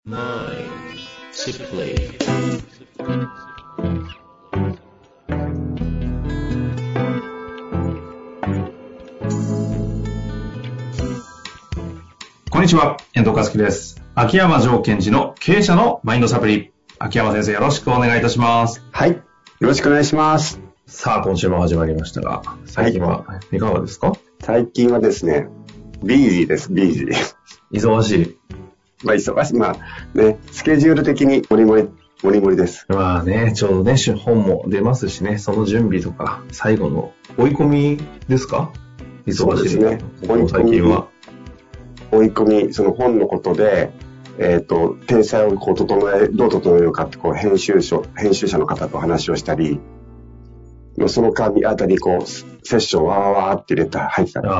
Mind Simply。 こんにちは、遠藤和樹です。秋山城賢治の経営者のマインドサプリ。秋山先生、よろしくお願いいたします。 はい、よろしくお願いします。 さあ、今週も始まりましたが、最近はいかがですか？ 最近はですね、ビージーです、ビージー。 忙しい。 忙しい。ね、スケジュール的にモリモリです。 まあね、ちょうどね、本も出ますしね、その準備とか、最後の追い込みですか？忙しい。 そうですね。 最近は。 追い込み、その本のことで、体裁をどう整えようかって、編集者の方と話をしたり、その間にあたり、セッションわーって入ってたり。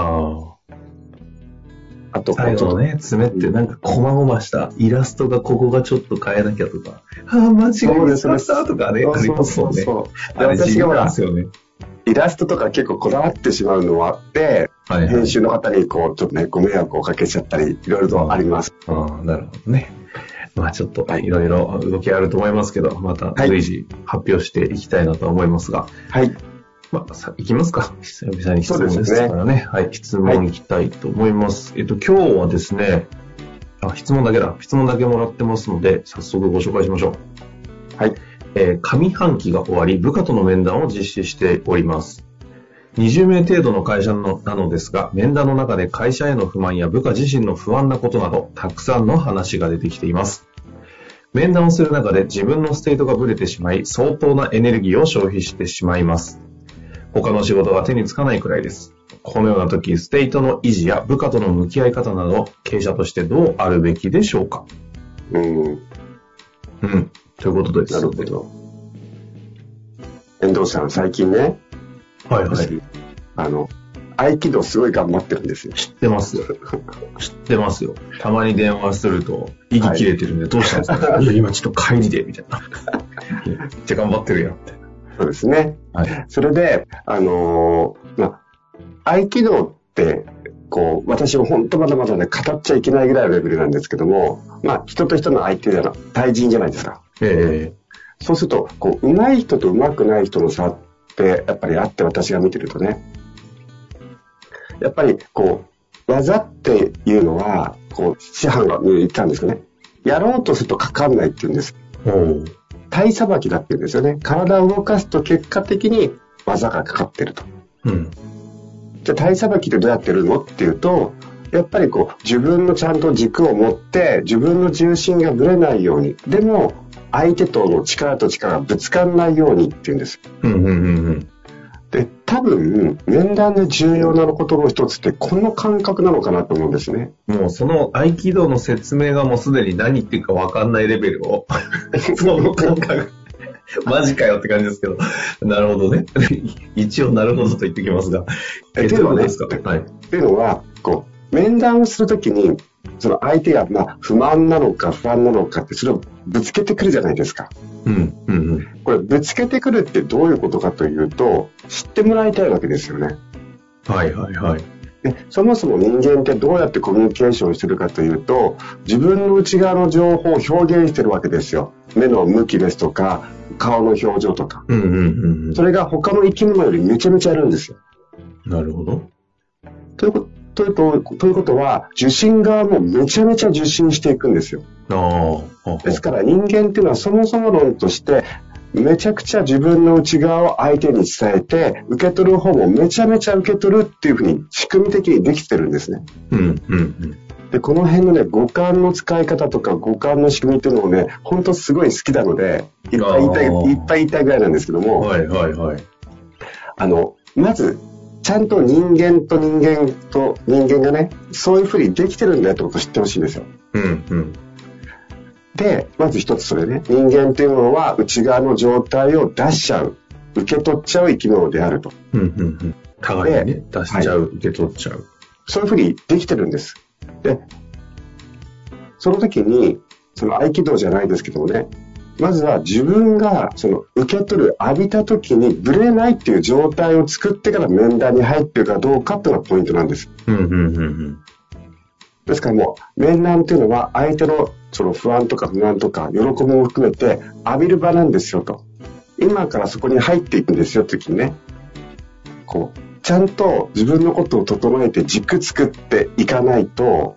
あと、 最後のね、詰めってなんか細々したイラストがここがちょっと変えなきゃとか、間違えましたとかね、ありますもんね。 私がですよね。 イラストとか結構こだわってしまうのはあって、編集の方にちょっとね、ご迷惑をおかけしちゃったり、いろいろとあります。 なるほどね。ちょっといろいろ動きあると思いますけど、また随時発表していきたいなと思いますが。 はい。 いきますか。久々に質問ですからね。はい、質問いきたいと思います。今日はですね、質問だけもらってますので、早速ご紹介しましょう。はい。上半期が終わり、部下との面談を実施しております。20名程度の会社なのですが、面談の中で会社への不満や部下自身の不安なことなど、たくさんの話が出てきています。面談をする中で自分のステートがブレてしまい、相当なエネルギーを消費してしまいます。他の仕事が手につかないくらいです。このような時、ステートの維持や部下との向き合い方など、経営者としてどうあるべきでしょうか？ということです。 なるほど。遠藤さん、最近ね、 はいはい。 合気道すごい頑張ってるんですよ。 知ってますよ。たまに電話すると、息切れてるんで、どうしたんですか？いや、今ちょっと帰りで、みたいな。めっちゃ頑張ってるやん、みたいな。 そうですね。はい。それで、合気道って、私も本当まだまだね、語っちゃいけないぐらいのレベルなんですけども、人と人の相手対人じゃないですか。そうすると、上手い人と上手くない人の差って、やっぱりあって、私が見てるとね。やっぱり、技っていうのは、師範が言ったんですけどね。やろうとするとかかんないって言うんです。体さばきだって言うんですよね。体を動かすと結果的に技がかかってると。じゃあ体さばきってどうやってるのっていうと、やっぱり自分のちゃんと軸を持って自分の重心がぶれないように、でも相手との力と力がぶつからないようにっていうんです。で、多分面談で重要なことの一つってこの感覚なのかなと思うんですね。 もうその合気道の説明がもうすでに何言ってるか分かんないレベルをその感覚マジかよって感じですけど、なるほどね。一応なるほどと言ってきますが、 っていうのはね、っていうのは面談をするときにその相手が不満なのか不安なのかってそれをぶつけてくるじゃないですか。これぶつけてくるってどういうことかというと、知ってもらいたいわけですよね。で、そもそも人間ってどうやってコミュニケーションしてるかというと、自分の内側の情報を表現してるわけですよ。目の向きですとか顔の表情とか、それが他の生き物よりめちゃめちゃあるんですよ。 なるほど。 ということは、受信側もめちゃめちゃ受信していくんですよ。ですから人間っていうのはそもそも論としてめちゃくちゃ自分の内側を相手に伝えて、受け取る方もめちゃめちゃ受け取るっていうふうに仕組み的にできてるんですね。で、この辺のね、五感の使い方とか五感の仕組みっていうのをね、本当すごい好きなので、いっぱい言いたいぐらいなんですけども、まずちゃんと人間がね、そういうふうにできてるんだよってことを知ってほしいんですよ。で、まず一つそれね、人間っていうものは内側の状態を出しちゃう、受け取っちゃう生き物であると。 互いにね、出しちゃう、受け取っちゃう。 そういうふうにできてるんです。で、その時に、その合気道じゃないですけどもね、まずは自分がその受け取る、浴びた時にブレないっていう状態を作ってから面談に入ってるかどうかっていうのがポイントなんです。 ですからもう、面談というのは相手のその不安とか不満とか喜びも含めて浴びる場なんですよと。今からそこに入っていくんですよという時にね、こう、ちゃんと自分のことを整えて軸作っていかないと、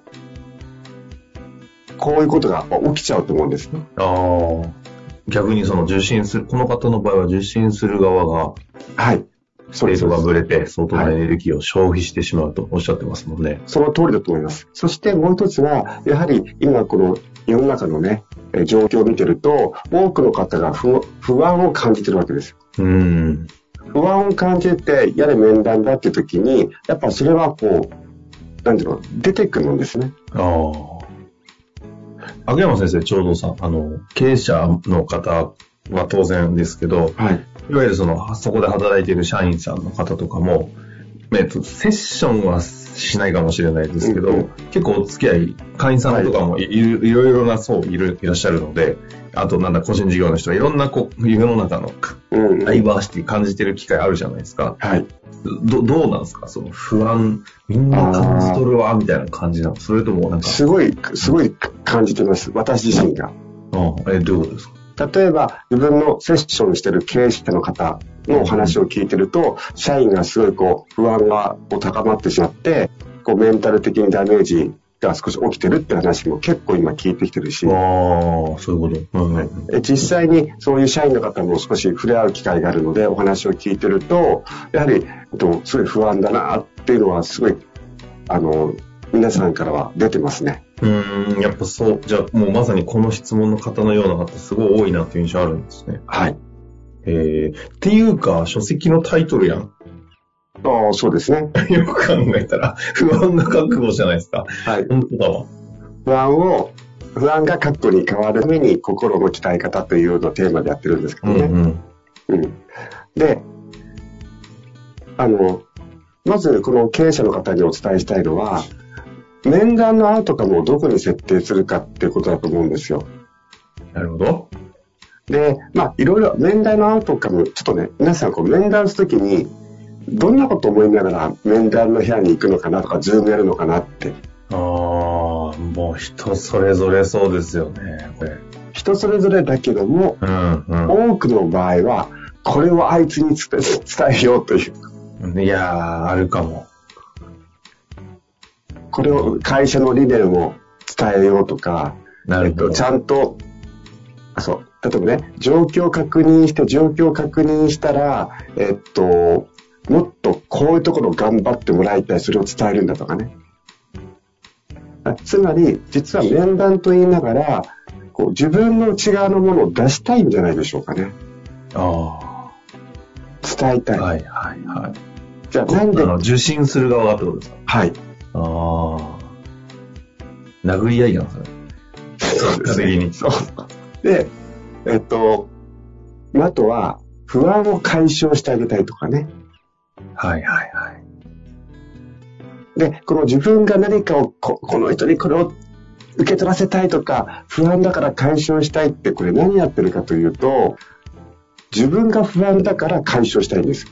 こういうことが起きちゃうと思うんですね。 逆にその受信する、この方の場合は受信する側が、 はい。 ステートがぶれて相当なエネルギーを消費してしまうとおっしゃってますもんね。 その通りだと思います。そしてもう一つは、やはり今この世の中のね、状況を見てると、多くの方が不安を感じてるわけですよ。不安を感じて、やれ面談だっていう時に、やっぱそれはこう、なんていうの、出てくるんですね。 秋山先生、ちょうどさ、経営者の方は当然ですけど、はい。いわゆるそこで働いている社員さんの方とかも、セッションはしないかもしれないですけど、結構お付き合い、会員さんとかもいろいろな層いらっしゃるので、あと個人事業の人はいろんな世の中のダイバーシティ感じてる機会あるじゃないですか。はい。どうなんですか、その不安、みんな感じ取るわ、みたいな感じなの？それともすごい感じてます。私自身が。 どういうことですか？ 例えば自分のセッションしてる経営者の方のお話を聞いてると、社員がすごい不安が高まってしまって、メンタル的にダメージが少し起きてるって話も結構今聞いてきてるし、 そういうこと、 実際にそういう社員の方も少し触れ合う機会があるのでお話を聞いてると、やはりすごい不安だなっていうのはすごい皆さんからは出てますね。 やっぱそう、じゃあもうまさにこの質問の方のような方すごい多いなっていう印象あるんですね。 はい。 っていうか、書籍のタイトルやん。 そうですね。 よく考えたら、不安が覚悟じゃないですか。 はい。 本当だわ。 不安が覚悟に変わるために心の鍛え方というのをテーマでやってるんですけどね。で、まずこの経営者の方にお伝えしたいのは、面談のアウトカムをどこに設定するかっていうことだと思うんですよ。 なるほど。 で、いろいろ面談のアウトカム、ちょっとね、皆さん面談するときに、どんなことを思いながら面談の部屋に行くのかなとか、ズームやるのかなって。 もう人それぞれそうですよね、これ。 人それぞれだけども、多くの場合は、これをあいつに伝えようという。 いやー、あるかも。 これを会社の理念を伝えようとか、ちゃんと、例えばね、状況を確認したら、もっとこういうところを頑張ってもらいたい、それを伝えるんだとかね。つまり、実は面談と言いながら、自分の内側のものを出したいんじゃないでしょうかね。伝えたい。 はい。 じゃあなんで受信する側がってことですか？ はい。 殴り合いやん、それ。 そうですね。 そう。 で、あとは、不安を解消してあげたいとかね。 はい。 で、この自分が何かを、この人にこれを受け取らせたいとか、不安だから解消したいって、これ何やってるかというと、自分が不安だから解消したいんです。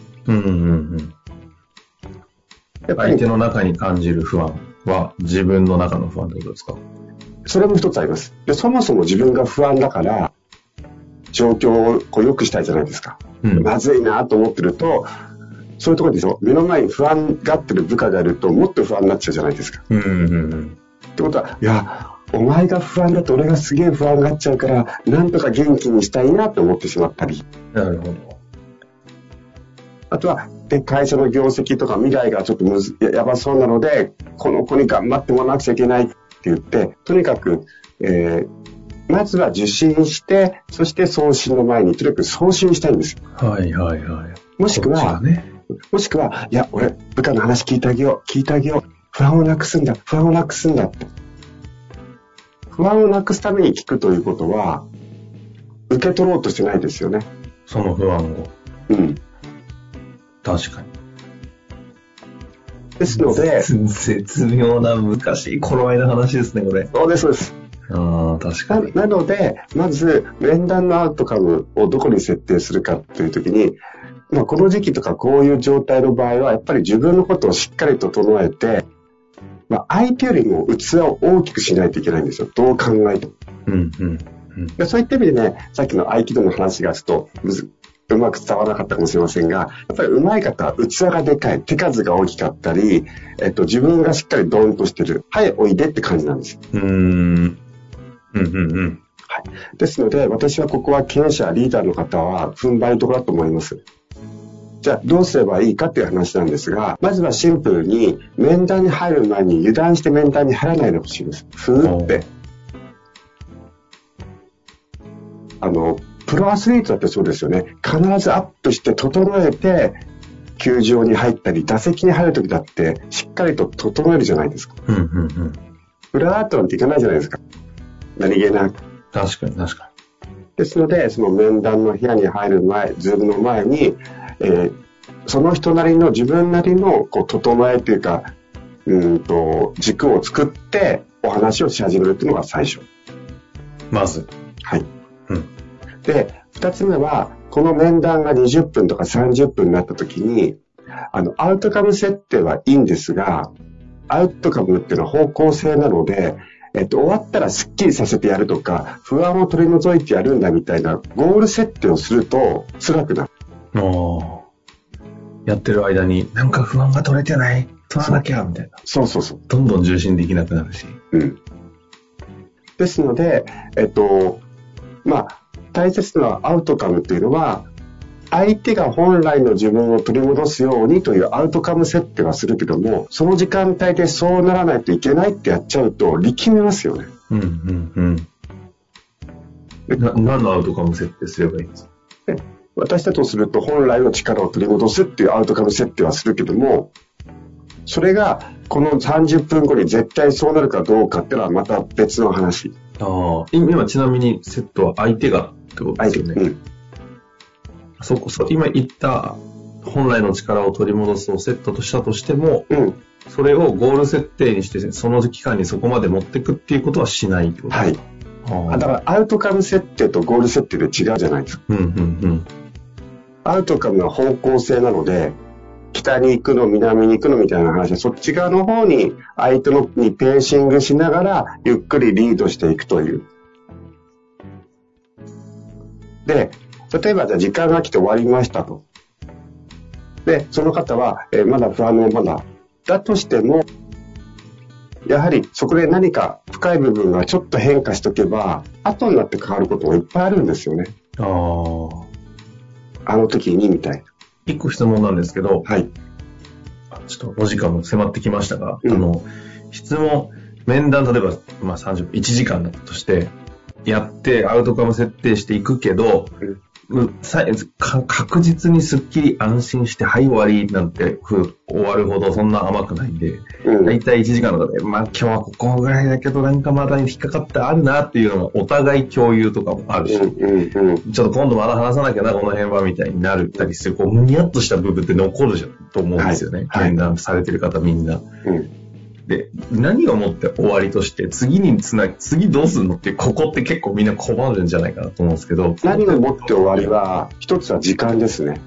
相手の中に感じる不安は自分の中の不安ということですか？ それも一つあります。で、そもそも自分が不安だから、状況を良くしたいじゃないですか。まずいなと思ってると、そういうところでしょ、目の前に不安がってる部下がいると、もっと不安になっちゃうじゃないですか。ってことは、いや、お前が不安だと俺がすげえ不安がっちゃうから、なんとか元気にしたいなと思ってしまったり。 なるほど。 あとは、会社の業績とか未来がちょっとやばそうなので、この子に頑張ってもらわなくちゃいけないって言って、とにかく、まずは受信して、そして送信の前に、とにかく送信したいんです。 はい。 もしくは、いや、俺、部下の話聞いてあげよう。不安をなくすんだって。不安をなくすために聞くということは、受け取ろうとしてないですよね。 その不安を。確かに。 ですので、 絶妙な難しい頃合いの話ですね、これ。 そうです。 確かに。 なので、まず、面談のアウトカムをどこに設定するかというときに、この時期とかこういう状態の場合は、やっぱり自分のことをしっかりと整えて、 相手よりも器を大きくしないといけないんですよ。どう考えても。でそういった意味でね、さっきの合気道の話がちょっとうまく伝わらなかったかもしれませんが、やっぱり上手い方は器がでかい、手数が大きかったり、自分がしっかりドーンとしてる。はい、おいでって感じなんです。はい。ですので、私はここは経営者、リーダーの方は踏ん張りどころだと思います。じゃあ、どうすればいいかっていう話なんですが、まずはシンプルに、面談に入る前に油断して面談に入らないでほしいです。ふーって。プロアスリートだってそうですよね。必ずアップして整えて、球場に入ったり、打席に入るときだって、しっかりと整えるじゃないですか。フラーっとなんていかないじゃないですか。何気なく。 確かに。 ですので、その面談の部屋に入る前、ズームの前に、その人なりの、自分なりの、整えというか、軸を作って、お話をし始めるっていうのが最初。 まず。 はい。で、二つ目は、この面談が20分とか30分になった時に、アウトカム設定はいいんですが、アウトカムっていうのは方向性なので、終わったらスッキリさせてやるとか、不安を取り除いてやるんだみたいなゴール設定をすると辛くなる。 やってる間に、なんか不安が取れてない、取らなきゃ、みたいな。 そう。 どんどん重心できなくなるし。 ですので、大切なアウトカムっていうのは、相手が本来の自分を取り戻すようにというアウトカム設定はするけども、その時間帯でそうならないといけないってやっちゃうと力みますよね。 何のアウトカム設定すればいいんですか？ 私だとすると本来の力を取り戻すっていうアウトカム設定はするけども、それがこの30分後に絶対そうなるかどうかっていうのはまた別の話。 今ちなみにセットは相手がってことですよね。今言った本来の力を取り戻すをセットとしたとしても、それをゴール設定にしてその期間にそこまで持っていくっていうことはしないってことですか？ だからアウトカム設定とゴール設定で違うじゃないですか。アウトカムは方向性なので、北に行くの、南に行くのみたいな話で、そっち側の方に相手のにペーシングしながらゆっくりリードしていくという。で、例えばじゃあ時間が来て終わりましたと。で、その方は、まだ不安のまだ。だとしても、やはりそこで何か深い部分がちょっと変化しとけば、後になって変わることもいっぱいあるんですよね。あの時にみたいな。 一個質問なんですけど、 はい。 ちょっとお時間も迫ってきましたが、質問、面談、例えば、30分、1時間だとして、やってアウトカム設定していくけど、確実にスッキリ安心して、はい、終わりなんて終わるほどそんな甘くないんで、だいたい1時間の中で、今日はここぐらいだけど、なんかまだ引っかかってあるなっていうのがお互い共有とかもあるし、ちょっと今度まだ話さなきゃな、この辺はみたいになるたりする、むにゃっとした部分って残ると思うんですよね。面談されてる方みんな。で、何をもって終わりとして、次どうするのって、ここって結構みんな困るんじゃないかなと思うんですけど。 何をもって終わりは、一つは時間ですね。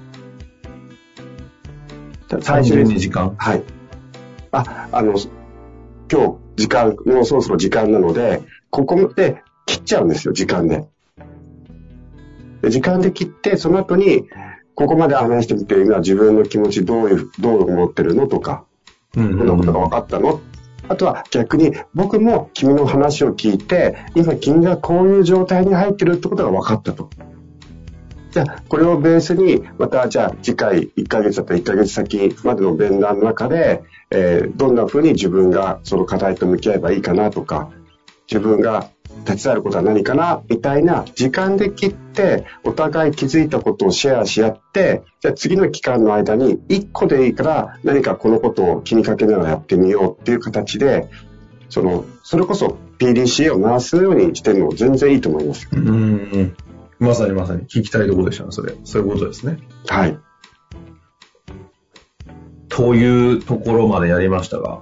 単純に時間？ はい。今日、時間、もうそろそろ時間なので、ここで切っちゃうんですよ、時間で。時間で切って、その後に、ここまで話してみて、今自分の気持ちどう思ってるのとか、こんなことが分かったの？あとは逆に僕も君の話を聞いて、今君がこういう状態に入ってるってことが分かったと。じゃあこれをベースにまたじゃあ次回1ヶ月だったら1ヶ月先までの面談の中で、どんな風に自分がその課題と向き合えばいいかなとか、自分が手伝えることは何かなみたいな時間で切ってお互い気づいたことをシェアし合って、じゃあ次の期間の間に1個でいいから何かこのことを気にかけながらやってみようっていう形で、それこそ PDCA を回すようにしても全然いいと思います。 まさに聞きたいところでしたね、そういうことですね。 はい。 というところまでやりましたが、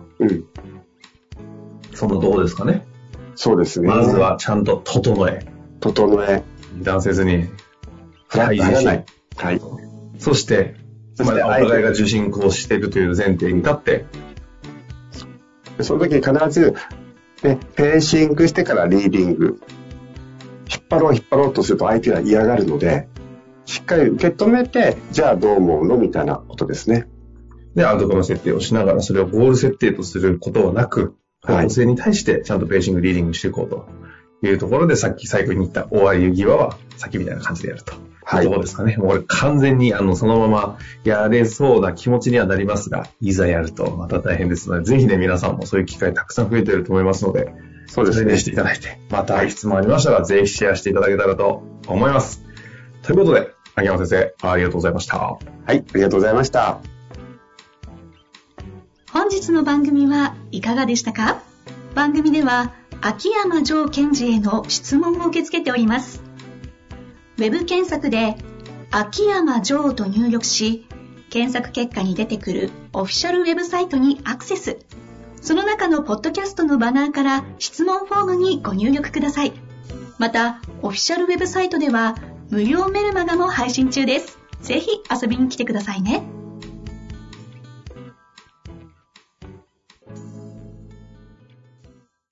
そのどうですかね。 そうですね。 まずはちゃんと整え。油断せずに。 入らない。はい。 そしてお互いが受信しているという前提に立って、 その時に必ず、ね、ペーシングしてからリーディング。引っ張ろうとすると相手が嫌がるので、しっかり受け止めて、じゃあどう思うのみたいなことですね。 で、アウトカム設定をしながら、それをゴール設定とすることはなく、方向性に対してちゃんとペーシング、リーディングしていこうというところで、さっき最後に言った終わり際は先みたいな感じでやると。はい。どうですかね。もうこれ完全にそのままやれそうな気持ちにはなりますが、いざやるとまた大変ですので、ぜひね、皆さんもそういう機会たくさん増えていると思いますので、 そうですね。 それにしていただいて、また質問ありましたら、ぜひシェアしていただけたらと思います。ということで、秋山先生、ありがとうございました。 はい、ありがとうございました。 本日の番組はいかがでしたか？番組では、秋山城賢治への質問を受け付けております。ウェブ検索で、秋山城と入力し、検索結果に出てくるオフィシャルウェブサイトにアクセス。その中のポッドキャストのバナーから質問フォームにご入力ください。また、オフィシャルウェブサイトでは無料メルマガも配信中です。ぜひ遊びに来てくださいね。